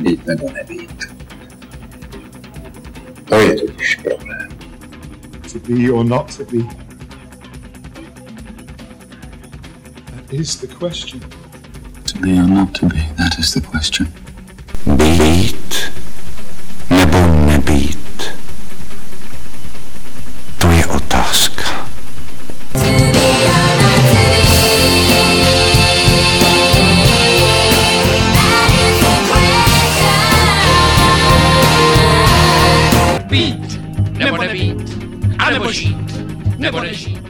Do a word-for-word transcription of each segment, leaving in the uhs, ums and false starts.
být nebo nebýt. To je totiž problém. To be or not to be. That is the question. To be or not to be, that is the question. Být nebo nebýt. To je otázka. Být nebo nebýt, anebo žít nebo nežít.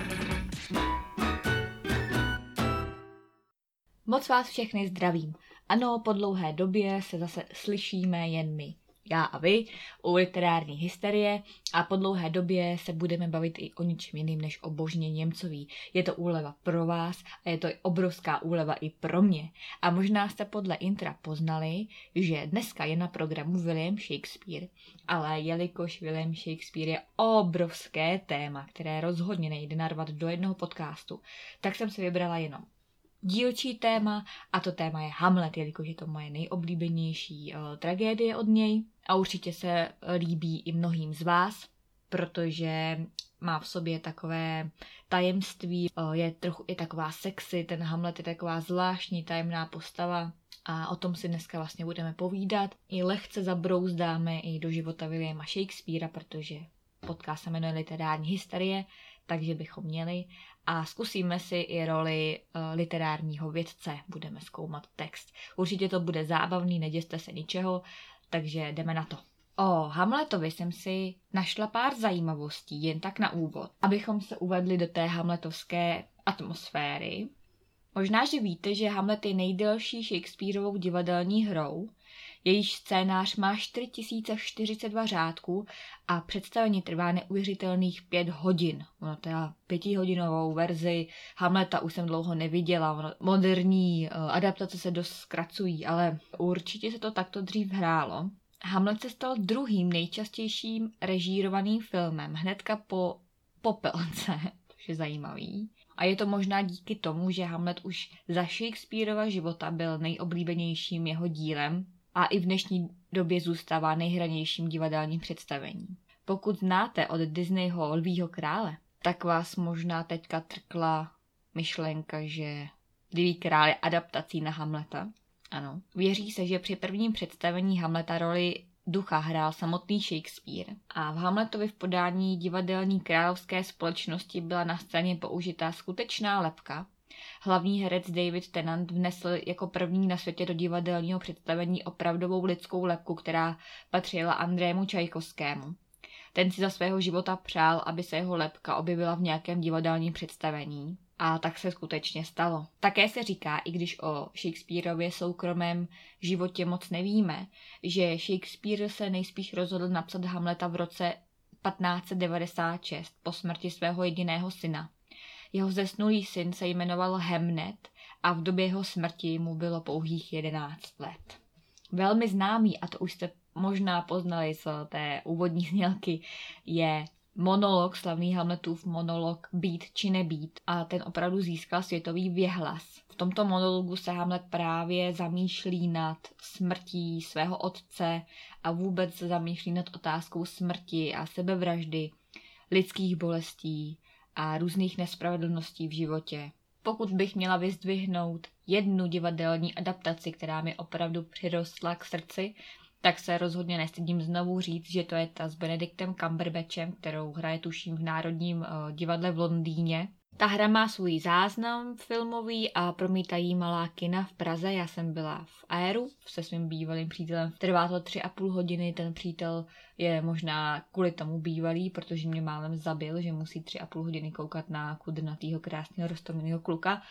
Moc vás všechny zdravím. Ano, po dlouhé době se zase slyšíme jen my, já a vy, u literární hysterie a po dlouhé době se budeme bavit i o ničem jiným než o Božně Němcový. Je to úleva pro vás a je to i obrovská úleva i pro mě. A možná jste podle intra poznali, že dneska je na programu William Shakespeare, ale jelikož William Shakespeare je obrovské téma, které rozhodně nejde narvat do jednoho podcastu, tak jsem si vybrala jenom dílčí téma a to téma je Hamlet, jelikož je to moje nejoblíbenější uh, tragédie od něj a určitě se líbí i mnohým z vás, protože má v sobě takové tajemství, uh, je trochu i taková sexy, ten Hamlet je taková zvláštní tajemná postava a o tom si dneska vlastně budeme povídat. I lehce zabrouzdáme i do života Williama Shakespearea, protože podcast se jmenuje Literární hysterie, takže bychom měli. A zkusíme si i roli uh, literárního vědce, budeme zkoumat text. Určitě to bude zábavný, neděste se ničeho, takže jdeme na to. O Hamletovi jsem si našla pár zajímavostí, jen tak na úvod, abychom se uvedli do té hamletovské atmosféry. Možná, že víte, že Hamlet je nejdelší Shakespearovou divadelní hrou, jejíž scénář má čtyři tisíce čtyřicet dva řádků a představení trvá neuvěřitelných pět hodin. Ono teda pětihodinovou verzi Hamleta už jsem dlouho neviděla. Ono, moderní uh, adaptace se dost zkracují, ale určitě se to takto dřív hrálo. Hamlet se stal druhým nejčastějším režírovaným filmem hnedka po Popelce, což je zajímavý. A je to možná díky tomu, že Hamlet už za Shakespearova života byl nejoblíbenějším jeho dílem a i v dnešní době zůstává nejhranějším divadelním představením. Pokud znáte od Disneyho Lvího krále, tak vás možná teďka trkla myšlenka, že Lví král je adaptací na Hamleta. Ano. Věří se, že při prvním představení Hamleta roli ducha hrál samotný Shakespeare a v Hamletovi v podání divadelní královské společnosti byla na scéně použitá skutečná lebka. Hlavní herec David Tennant vnesl jako první na světě do divadelního představení opravdovou lidskou lebku, která patřila Andrému Čajkovskému. Ten si za svého života přál, aby se jeho lebka objevila v nějakém divadelním představení. A tak se skutečně stalo. Také se říká, i když o Shakespearově soukromém životě moc nevíme, že Shakespeare se nejspíš rozhodl napsat Hamleta v roce patnáct set devadesát šest po smrti svého jediného syna. Jeho zesnulý syn se jmenoval Hamnet a v době jeho smrti mu bylo pouhých jedenáct let. Velmi známý, a to už jste možná poznali z té úvodní znělky, je monolog, slavný Hamletův monolog Být či nebýt a ten opravdu získal světový věhlas. V tomto monologu se Hamlet právě zamýšlí nad smrtí svého otce a vůbec se zamýšlí nad otázkou smrti a sebevraždy, lidských bolestí a různých nespravedlností v životě. Pokud bych měla vyzdvihnout jednu divadelní adaptaci, která mi opravdu přirostla k srdci, tak se rozhodně nestydím znovu říct, že to je ta s Benedictem Cumberbatchem, kterou hraje tuším v Národním uh, divadle v Londýně. Ta hra má svůj záznam filmový a promítají malá kina v Praze. Já jsem byla v Aeru se svým bývalým přítelem. Trvá to tři a půl hodiny, ten přítel je možná kvůli tomu bývalý, protože mě málem zabil, že musí tři a půl hodiny koukat na kudrnatýho krásného roztomilého kluka.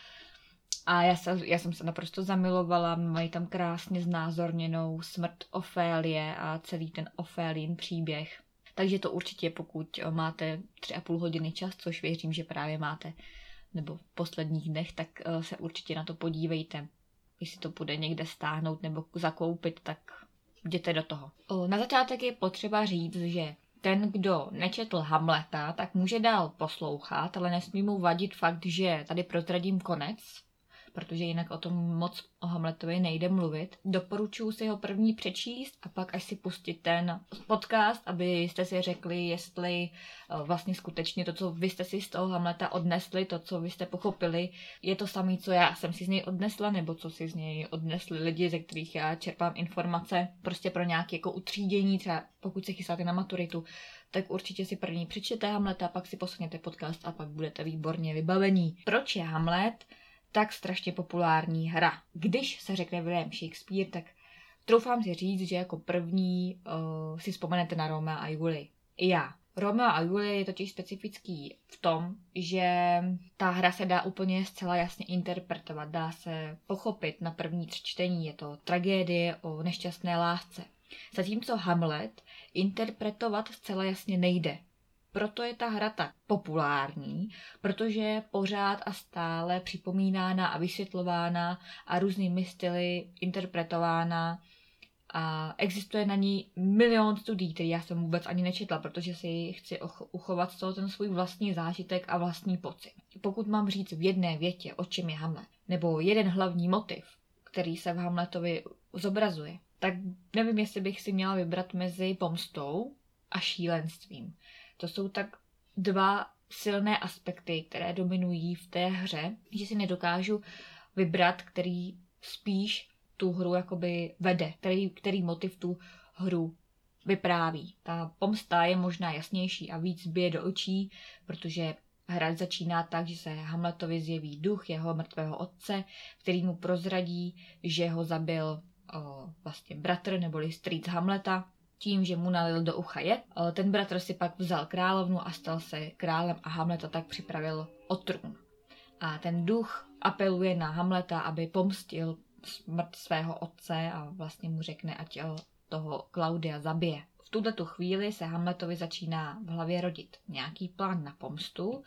A já, se, já jsem se naprosto zamilovala, mají tam krásně znázorněnou smrt Ofélie a celý ten Ofélin příběh. Takže to určitě, pokud máte tři a půl hodiny čas, což věřím, že právě máte, nebo v posledních dnech, tak se určitě na to podívejte. Jestli to bude někde stáhnout nebo zakoupit, tak jděte do toho. Na začátek je potřeba říct, že ten, kdo nečetl Hamleta, tak může dál poslouchat, ale nesmí mu vadit fakt, že tady prozradím konec, protože jinak o tom moc o Hamletovi nejde mluvit. Doporučuji si ho první přečíst a pak až si pustit ten podcast, abyste si řekli, jestli vlastně skutečně to, co vy jste si z toho Hamleta odnesli, to, co vy jste pochopili, je to samé, co já jsem si z něj odnesla, nebo co si z něj odnesli lidi, ze kterých já čerpám informace, prostě pro nějaké jako utřídění, třeba pokud se chystáte na maturitu, tak určitě si první přečtěte Hamleta, pak si poslechněte podcast a pak budete výborně vybavení. Proč je Hamlet tak strašně populární hra? Když se řekne William Shakespeare, tak troufám si říct, že jako první uh, si vzpomenete na Romea a Julii. I já. Romeo a Julie je totiž specifický v tom, že ta hra se dá úplně zcela jasně interpretovat, dá se pochopit na první čtení, je to tragédie o nešťastné lásce. Zatímco Hamlet interpretovat zcela jasně nejde. Proto je ta hra tak populární, protože je pořád a stále připomínána a vysvětlována a různými styly interpretována a existuje na ní milion studií, který já jsem vůbec ani nečetla, protože si chci uchovat z toho ten svůj vlastní zážitek a vlastní pocit. Pokud mám říct v jedné větě, o čem je Hamlet, nebo jeden hlavní motiv, který se v Hamletovi zobrazuje, tak nevím, jestli bych si měla vybrat mezi pomstou a šílenstvím. To jsou tak dva silné aspekty, které dominují v té hře, že si nedokážu vybrat, který spíš tu hru jakoby vede, který, který motiv tu hru vypráví. Ta pomsta je možná jasnější a víc bije do očí, protože hra začíná tak, že se Hamletovi zjeví duch jeho mrtvého otce, který mu prozradí, že ho zabil o, vlastně bratr neboli strýc Hamleta, tím, že mu nalil do ucha jed. Ten bratr si pak vzal královnu a stal se králem a Hamleta tak připravil o trůn. A ten duch apeluje na Hamleta, aby pomstil smrt svého otce a vlastně mu řekne, ať toho Klaudia zabije. V tuto chvíli se Hamletovi začíná v hlavě rodit nějaký plán na pomstu,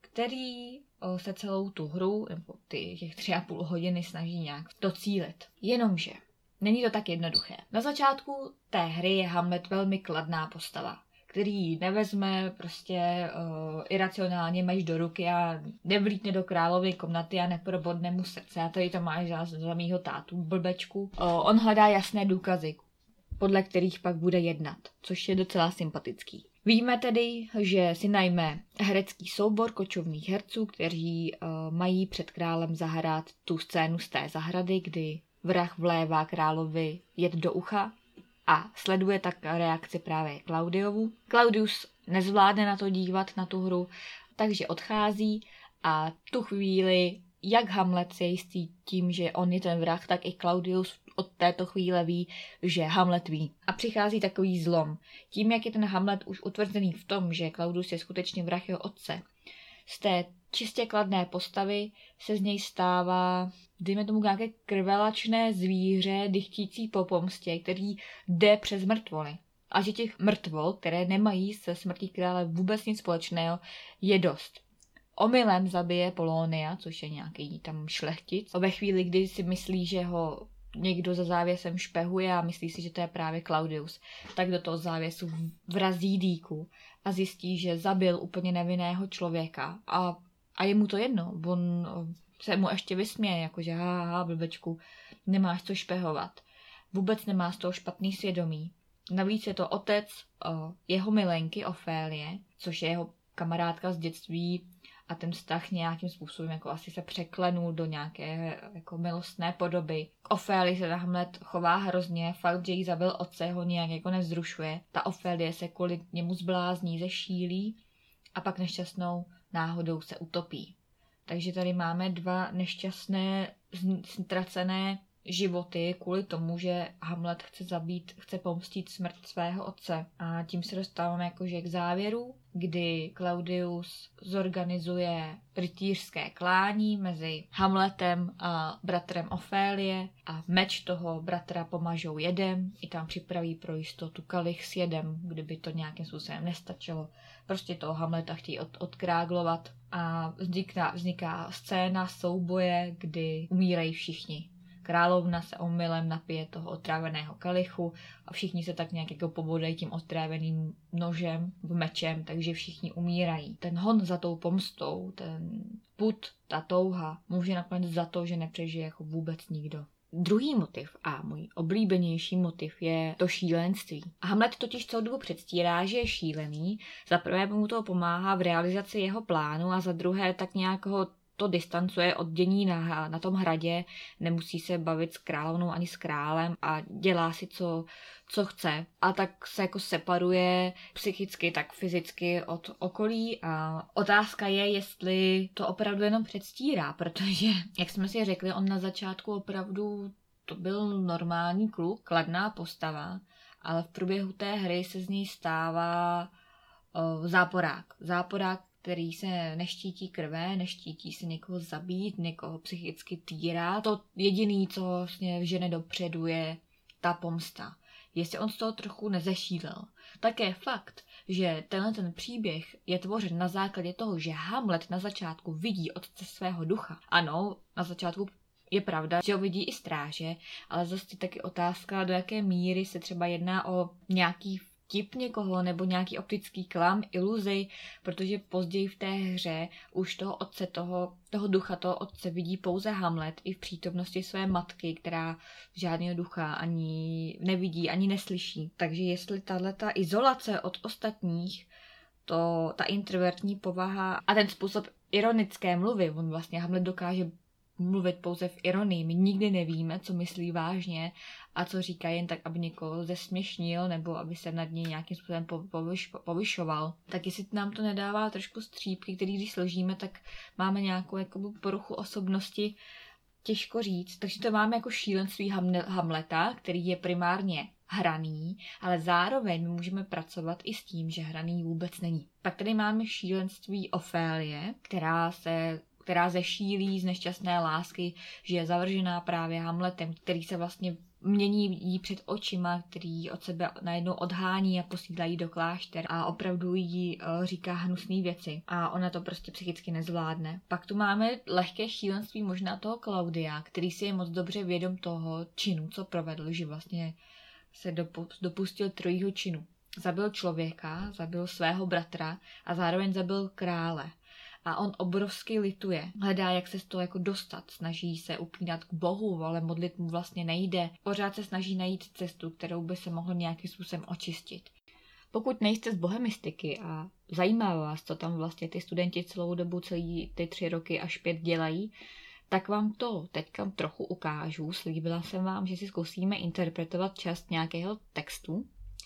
který se celou tu hru, nebo ty těch tři a půl hodiny snaží nějak docílit. Jenomže není to tak jednoduché. Na začátku té hry je Hamlet velmi kladná postava, který nevezme prostě uh, iracionálně meč do ruky a nevlítne do královy komnaty a neprobodne mu srdce. A tady to máš za, za mýho tátu blbečku. Uh, on hledá jasné důkazy, podle kterých pak bude jednat, což je docela sympatický. Víme tedy, že si najme herecký soubor kočovných herců, kteří uh, mají před králem zahrát tu scénu z té zahrady, kdy vrah vlévá královi jed do ucha a sleduje tak reakci právě Claudiovu. Claudius nezvládne na to dívat, na tu hru, takže odchází a tu chvíli, jak Hamlet se jistý tím, že on je ten vrah, tak i Claudius od této chvíle ví, že Hamlet ví. A přichází takový zlom. Tím, jak je ten Hamlet už utvrzený v tom, že Claudius je skutečně vrah jeho otce, z té čistě kladné postavy se z něj stává, dejme tomu, nějaké krvelačné zvíře, dychtící po pomstě, který jde přes mrtvoly. A že těch mrtvol, které nemají se smrtí krále vůbec nic společného, je dost. Omylem zabije Polonia, což je nějaký tam šlechtic. Ve chvíli, kdy si myslí, že ho někdo za závěsem špehuje a myslí si, že to je právě Claudius, tak do toho závěsu vrazí dýku a zjistí, že zabil úplně nevinného člověka. A, a je mu to jedno. On se mu ještě vysměje, jakože haha, blbečku, nemáš co špehovat. Vůbec nemá z toho špatný svědomí. Navíc je to otec o, jeho milenky Ofélie, což je jeho kamarádka z dětství a ten vztah nějakým způsobem jako asi se překlenul do nějaké jako milostné podoby. K Ofélii se Hamlet chová hrozně, fakt, že jí zabil otce, ho nějak jako nevzrušuje. Ta Ofélie se kvůli němu zblázní, zešílí a pak nešťastnou náhodou se utopí. Takže tady máme dva nešťastné, ztracené životy kvůli tomu, že Hamlet chce zabít, chce pomstit smrt svého otce. A tím se dostáváme jakože k závěru, kdy Claudius zorganizuje rytířské klání mezi Hamletem a bratrem Ofélie a meč toho bratra pomažou jedem, i tam připraví pro jistotu kalich s jedem, kdyby to nějakým způsobem nestačilo. Prostě toho Hamleta chtějí od, odkráglovat a vzniká, vzniká scéna souboje, kdy umírají všichni. královna se omylem napije toho otráveného kalichu a všichni se tak nějak jako pobodají tím otráveným nožem, mečem, takže všichni umírají. Ten hon za tou pomstou, ten pud, ta touha, může nakonec za to, že nepřežije jako vůbec nikdo. Druhý motiv a můj oblíbenější motiv je to šílenství. Hamlet totiž celou dobu předstírá, že je šílený, za prvé mu to pomáhá v realizaci jeho plánu a za druhé tak nějak ho to distancuje od dění na, na tom hradě, nemusí se bavit s královnou ani s králem a dělá si, co, co chce. A tak se jako separuje psychicky, tak fyzicky od okolí a otázka je, jestli to opravdu jenom předstírá, protože, jak jsme si řekli, on na začátku opravdu to byl normální kluk, kladná postava, ale v průběhu té hry se z něj stává o, záporák. Záporák, který se neštítí krve, neštítí se někoho zabít, někoho psychicky týrá. To jediný, co vlastně žene dopředu, je ta pomsta. Jestli on z toho trochu nezešílel. Také fakt, že tenhle ten příběh je tvořen na základě toho, že Hamlet na začátku vidí otce svého ducha. Ano, na začátku je pravda, že ho vidí i stráže, ale zase taky otázka, do jaké míry se třeba jedná o nějaký vtip někoho nebo nějaký optický klam, iluzi, protože později v té hře už toho otce, toho, toho ducha, toho otce vidí pouze Hamlet i v přítomnosti své matky, která žádného ducha ani nevidí, ani neslyší. Takže jestli tahleta izolace od ostatních, to, ta introvertní povaha a ten způsob ironické mluvy, on vlastně Hamlet dokáže mluvit pouze v ironii. My nikdy nevíme, co myslí vážně a co říká jen tak, aby někoho zesměšnil nebo aby se nad něj nějakým způsobem povyš, povyšoval. Tak jestli nám to nedává trošku střípky, který když složíme, tak máme nějakou jakoby poruchu osobnosti, těžko říct. Takže to máme jako šílenství Hamleta, který je primárně hraný, ale zároveň my můžeme pracovat i s tím, že hraný vůbec není. Pak tady máme šílenství Ofélie, která se která zešílí z nešťastné lásky, že je zavržená právě Hamletem, který se vlastně mění jí před očima, který od sebe najednou odhání a posílá jí do klášter a opravdu jí uh, říká hnusné věci a ona to prostě psychicky nezvládne. Pak tu máme lehké šílenství možná toho Klaudia, který si je moc dobře vědom toho činu, co provedl, že vlastně se dopustil trojího činu. Zabil člověka, zabil svého bratra a zároveň zabil krále. A on obrovsky lituje. Hledá, jak se z toho jako dostat. Snaží se upínat k Bohu, ale modlit mu vlastně nejde. Pořád se snaží najít cestu, kterou by se mohlo nějakým způsobem očistit. Pokud nejste z bohemistiky a zajímá vás, co tam vlastně ty studenti celou dobu, celý ty tři roky až pět dělají, tak vám to teďka trochu ukážu. Slíbila jsem vám, že si zkusíme interpretovat část nějakého textu.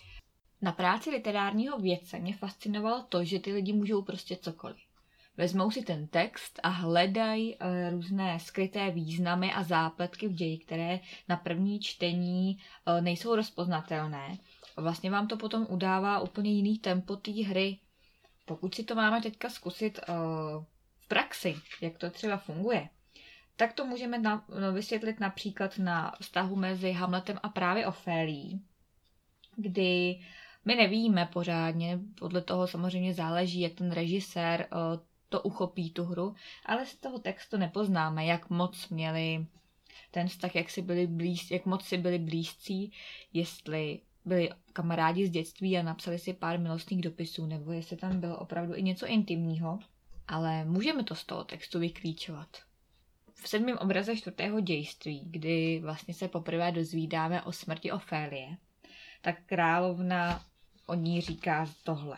Na práci literárního vědce mě fascinovalo to, že ty lidi můžou prostě cokoliv. Vezmou si ten text a hledají uh, různé skryté významy a zápletky v ději, které na první čtení uh, nejsou rozpoznatelné. Vlastně vám to potom udává úplně jiný tempo té hry. Pokud si to máme teďka zkusit uh, v praxi, jak to třeba funguje, tak to můžeme na, no, vysvětlit například na vztahu mezi Hamletem a právě Ofélií, kdy my nevíme pořádně, podle toho samozřejmě záleží, jak ten režisér uh, to uchopí tu hru, ale z toho textu nepoznáme, jak moc měli ten vztah, jak, si byli blíz, jak moc si byli blízcí, jestli byli kamarádi z dětství a napsali si pár milostných dopisů, nebo jestli tam bylo opravdu i něco intimního, ale můžeme to z toho textu vyklíčovat. V sedmém obraze čtvrtého dějství, kdy vlastně se poprvé dozvídáme o smrti Ofélie, tak královna o ní říká tohle.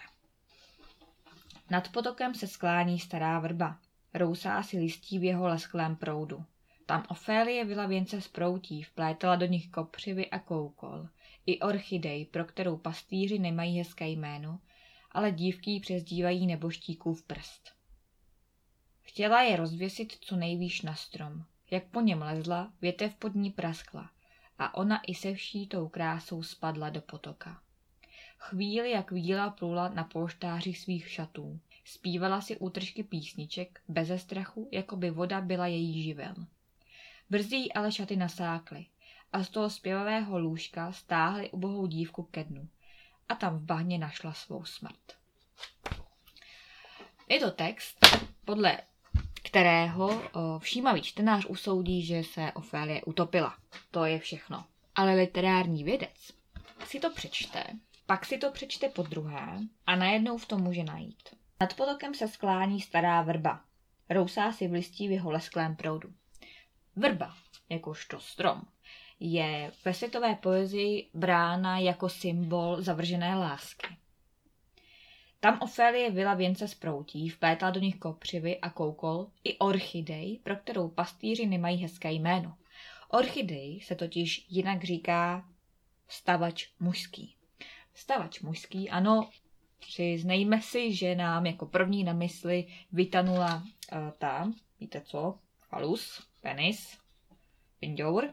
Nad potokem se sklání stará vrba. Rousá si listí v jeho lesklém proudu. Tam Ofélie vila věnce z proutí, vplétala do nich kopřivy a koukol. I orchidej, pro kterou pastýři nemají hezké jméno, ale dívky ji přezdívají neboštíkův prst. Chtěla je rozvěsit co nejvýš na strom. Jak po něm lezla, větev pod ní praskla a ona i se vší tou krásou spadla do potoka. Chvíli jak víla plula na polštářích svých šatů. Zpívala si útržky písniček, beze strachu, jako by voda byla její živel. Brzy jí ale šaty nasákly a z toho zpěvavého lůžka stáhly ubohou dívku ke dnu a tam v bahně našla svou smrt. Je to text podle kterého všímavý čtenář usoudí, že se Ofélie utopila. To je všechno. Ale literární vědec si to přečte, pak si to přečte podruhé a najednou v tom může najít. Nad potokem se sklání stará vrba. Rousá si v listí v jeho lesklém proudu. Vrba, jakožto strom, je ve světové poezii brána jako symbol zavržené lásky. Tam Ofélie vila věnce z proutí, vplétala do nich kopřivy a koukol i orchidej, pro kterou pastýři nemají hezké jméno. Orchidej se totiž jinak říká vstavač mužský. Vstavač mužský, ano, přiznejme si, že nám jako první na mysli vytanula uh, ta, víte co, falus, penis, pindour.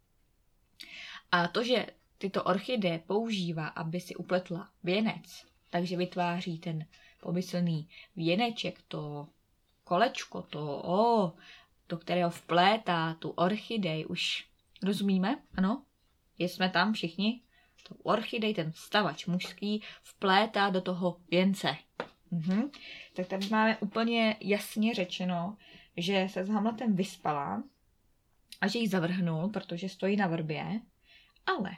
A to, že tyto orchideje používá, aby si upletla věnec, takže vytváří ten pomyslný věneček, to kolečko, to o, do kterého vplétá tu orchidej, už rozumíme, ano? Jsme tam všichni? Tu orchidej, ten vstavač mužský, vplétá do toho věnce. Mhm. Tak tady máme úplně jasně řečeno, že se s Hamletem vyspala a že ji zavrhnul, protože stojí na vrbě, ale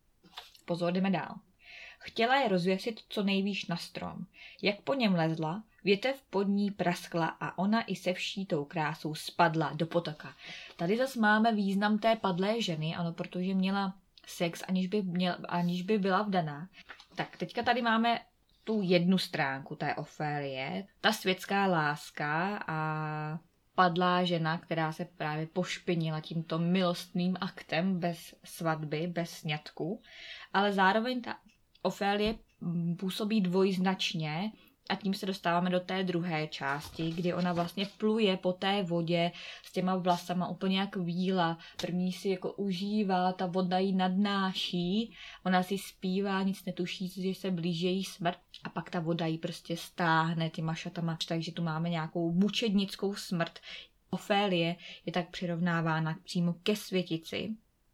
pozor, jdeme dál. Chtěla je rozvěsit co nejvýš na strom. Jak po něm lezla, větev pod ní praskla a ona i se vší tou krásou spadla do potoka. Tady zase máme význam té padlé ženy, ano, protože měla sex, aniž by, měl, aniž by byla vdaná. Tak, teďka tady máme tu jednu stránku té Ofélie, ta světská láska a padlá žena, která se právě pošpinila tímto milostným aktem bez svatby, bez sňatku, ale zároveň ta Ofélie působí dvojznačně a tím se dostáváme do té druhé části, kdy ona vlastně pluje po té vodě s těma vlasama úplně jak víla. První si jako užívá, ta voda ji nadnáší, ona si zpívá, nic netuší, že se blíží její smrt a pak ta voda ji prostě stáhne těma šatama, takže tu máme nějakou mučednickou smrt. Ofélie je tak přirovnávána přímo ke světici,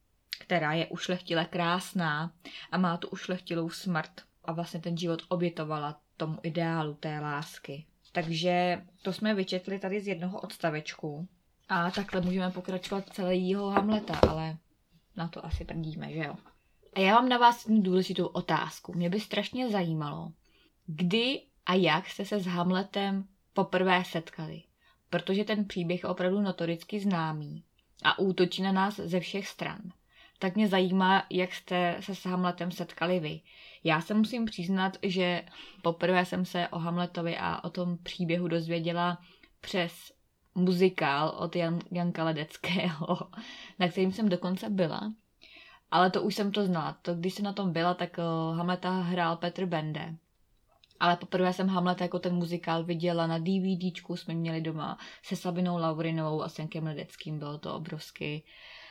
která je ušlechtile krásná a má tu ušlechtilou smrt a vlastně ten život obětovala tomu ideálu té lásky. Takže to jsme vyčetli tady z jednoho odstavečku a takhle můžeme pokračovat celého Hamleta, ale na to asi prdíme, že jo? A já mám na vás jednu důležitou otázku. Mě by strašně zajímalo, kdy a jak jste se s Hamletem poprvé setkali, protože ten příběh je opravdu notoricky známý a útočí na nás ze všech stran. Tak mě zajímá, jak jste se s Hamletem setkali vy. Já se musím přiznat, že poprvé jsem se o Hamletovi a o tom příběhu dozvěděla přes muzikál od Jan, Janka Ledeckého, na kterým jsem dokonce byla. Ale to už jsem to znala. To, když jsem na tom byla, tak Hamleta hrál Petr Bende. Ale poprvé jsem Hamleta jako ten muzikál viděla na DVDčku, jsme měli doma se Sabinou Laurinovou a s Jankem Ledeckým. Bylo to obrovsky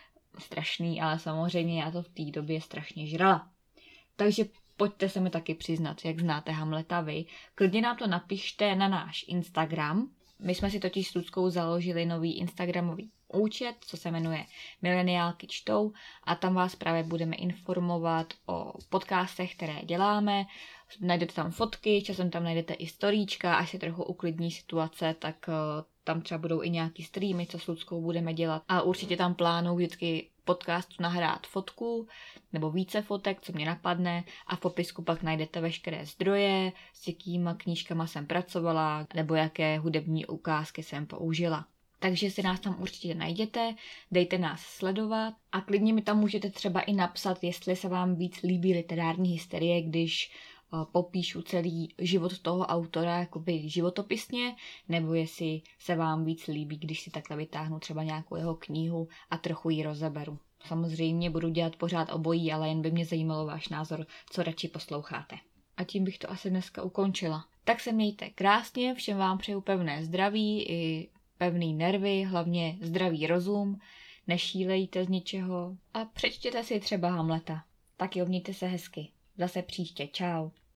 strašný, ale samozřejmě já to v té době strašně žrala. Takže pojďte se mi taky přiznat, jak znáte Hamleta vy. Klidně nám to napište na náš Instagram. My jsme si totiž s Luckou založili nový instagramový účet, co se jmenuje Mileniálky čtou a tam vás právě budeme informovat o podcastech, které děláme. Najdete tam fotky, časem tam najdete i storíčka, až se trochu uklidní situace, tak tam třeba budou i nějaký streamy, co s Luckou budeme dělat. A určitě tam plánuju vždycky podcastu nahrát fotku nebo více fotek, co mě napadne a v popisku pak najdete veškeré zdroje, s jakýma knížkama jsem pracovala nebo jaké hudební ukázky jsem použila. Takže si nás tam určitě najděte, dejte nás sledovat a klidně mi tam můžete třeba i napsat, jestli se vám víc líbí literární hysterie, když popíšu celý život toho autora jakoby životopisně, nebo jestli se vám víc líbí, když si takhle vytáhnu třeba nějakou jeho knihu a trochu ji rozeberu. Samozřejmě budu dělat pořád obojí, ale jen by mě zajímalo váš názor, co radši posloucháte. A tím bych to asi dneska ukončila. Tak se mějte krásně, všem vám přeju pevné zdraví i pevný nervy, hlavně zdravý rozum, nešílejte z ničeho a přečtěte si třeba Hamleta. Tak jo, mějte se hezky. Zase příště, čau.